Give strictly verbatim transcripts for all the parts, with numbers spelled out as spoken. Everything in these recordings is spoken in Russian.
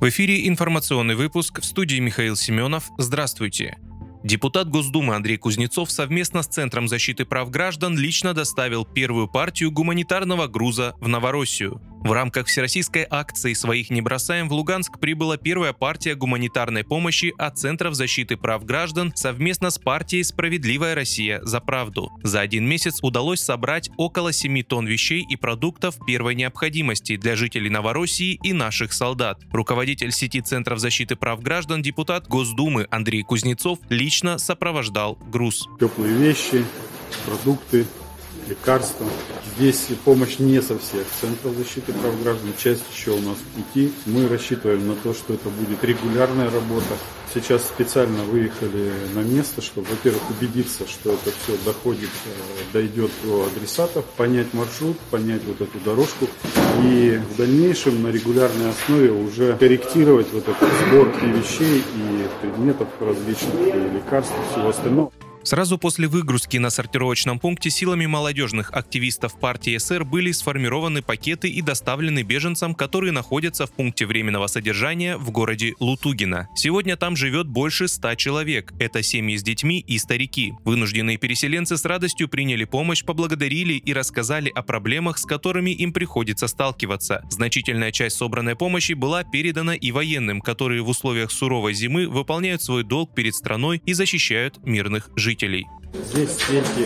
В эфире информационный выпуск, в студии Михаил Семенов. Здравствуйте. Депутат Госдумы Андрей Кузнецов совместно с Центром защиты прав граждан лично доставил первую партию гуманитарного груза в Новороссию. В рамках всероссийской акции «Своих не бросаем» в Луганск прибыла первая партия гуманитарной помощи от Центров защиты прав граждан совместно с партией «Справедливая Россия за правду». За один месяц удалось собрать около семи тонн вещей и продуктов первой необходимости для жителей Новороссии и наших солдат. Руководитель сети Центров защиты прав граждан, депутат Госдумы Андрей Кузнецов лично сопровождал груз. Теплые вещи, продукты, лекарства. Здесь помощь не со всех Центров защиты прав граждан. Часть еще у нас в пути. Мы рассчитываем на то, что это будет регулярная работа. Сейчас специально выехали на место, чтобы, во-первых, убедиться, что это все доходит, дойдет до адресатов, понять маршрут, понять вот эту дорожку. И в дальнейшем на регулярной основе уже корректировать вот этот сбор и вещей, и предметов различных, и лекарств, и всего остального. Сразу после выгрузки на сортировочном пункте силами молодежных активистов партии СР были сформированы пакеты и доставлены беженцам, которые находятся в пункте временного содержания в городе Лутугино. Сегодня там живет больше ста человек. Это семьи с детьми и старики. Вынужденные переселенцы с радостью приняли помощь, поблагодарили и рассказали о проблемах, с которыми им приходится сталкиваться. Значительная часть собранной помощи была передана и военным, которые в условиях суровой зимы выполняют свой долг перед страной и защищают мирных жителей. Здесь стельки,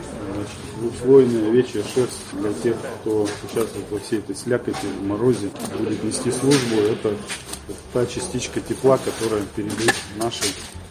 двухслойная овечья шерсть для тех, кто участвует во всей этой слякоти, в морозе, будет нести службу. Это та частичка тепла, которая передают наши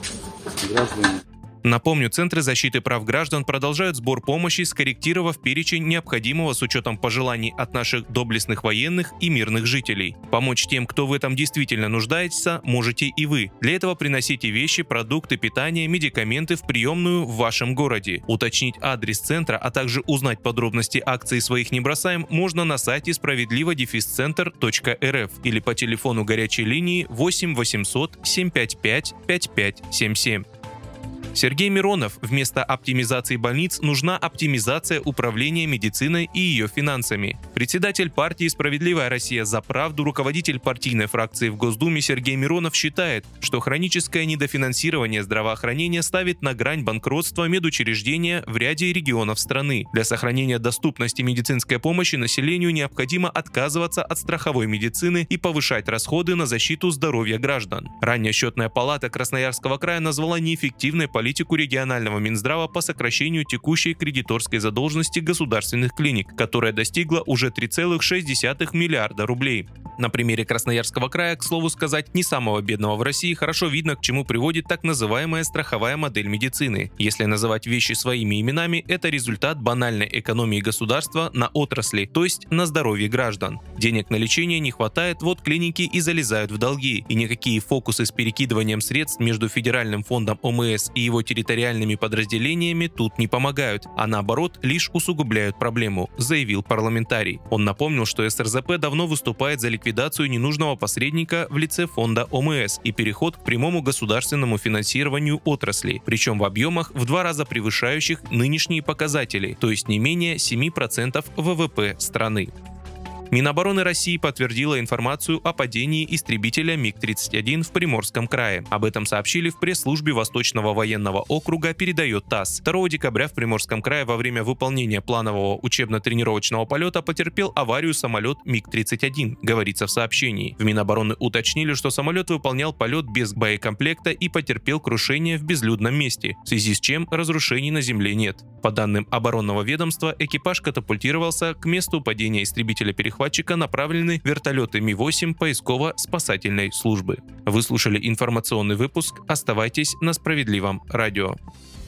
граждане. Напомню, Центры защиты прав граждан продолжают сбор помощи, скорректировав перечень необходимого с учетом пожеланий от наших доблестных военных и мирных жителей. Помочь тем, кто в этом действительно нуждается, можете и вы. Для этого приносите вещи, продукты питания, медикаменты в приемную в вашем городе. Уточнить адрес центра, а также узнать подробности акции «Своих не бросаем» можно на сайте справедливо дефис центр точка эр эф или по телефону горячей линии восемь восемьсот семь пять пять пять пять семь семь. Сергей Миронов: вместо оптимизации больниц нужна оптимизация управления медициной и ее финансами. Председатель партии «Справедливая Россия за правду», руководитель партийной фракции в Госдуме Сергей Миронов считает, что хроническое недофинансирование здравоохранения ставит на грань банкротства медучреждения в ряде регионов страны. Для сохранения доступности медицинской помощи населению необходимо отказываться от страховой медицины и повышать расходы на защиту здоровья граждан. Ранее Счетная палата Красноярского края назвала неэффективной политикой политику регионального Минздрава по сокращению текущей кредиторской задолженности государственных клиник, которая достигла уже три целых шесть десятых миллиарда рублей. На примере Красноярского края, к слову сказать, не самого бедного в России, хорошо видно, к чему приводит так называемая страховая модель медицины. Если называть вещи своими именами, это результат банальной экономии государства на отрасли, то есть на здоровье граждан. Денег на лечение не хватает, вот клиники и залезают в долги. И никакие фокусы с перекидыванием средств между Федеральным фондом О М С и его территориальными подразделениями тут не помогают, а наоборот лишь усугубляют проблему, заявил парламентарий. Он напомнил, что С Р З П давно выступает за ликвидацию ненужного посредника в лице фонда О М С и переход к прямому государственному финансированию отрасли, причем в объемах в два раза превышающих нынешние показатели, то есть не менее семи процентов В В П страны. Минобороны России подтвердила информацию о падении истребителя Миг тридцать один в Приморском крае. Об этом сообщили в пресс-службе Восточного военного округа, передает ТАСС. второго декабря в Приморском крае во время выполнения планового учебно-тренировочного полета потерпел аварию самолет Миг тридцать один, говорится в сообщении. В Минобороны уточнили, что самолет выполнял полет без боекомплекта и потерпел крушение в безлюдном месте, в связи с чем разрушений на земле нет. По данным оборонного ведомства, экипаж катапультировался к месту падения истребителя-перехватчика, направлены вертолеты Ми восемь поисково-спасательной службы. Вы слушали информационный выпуск. Оставайтесь на Справедливом радио.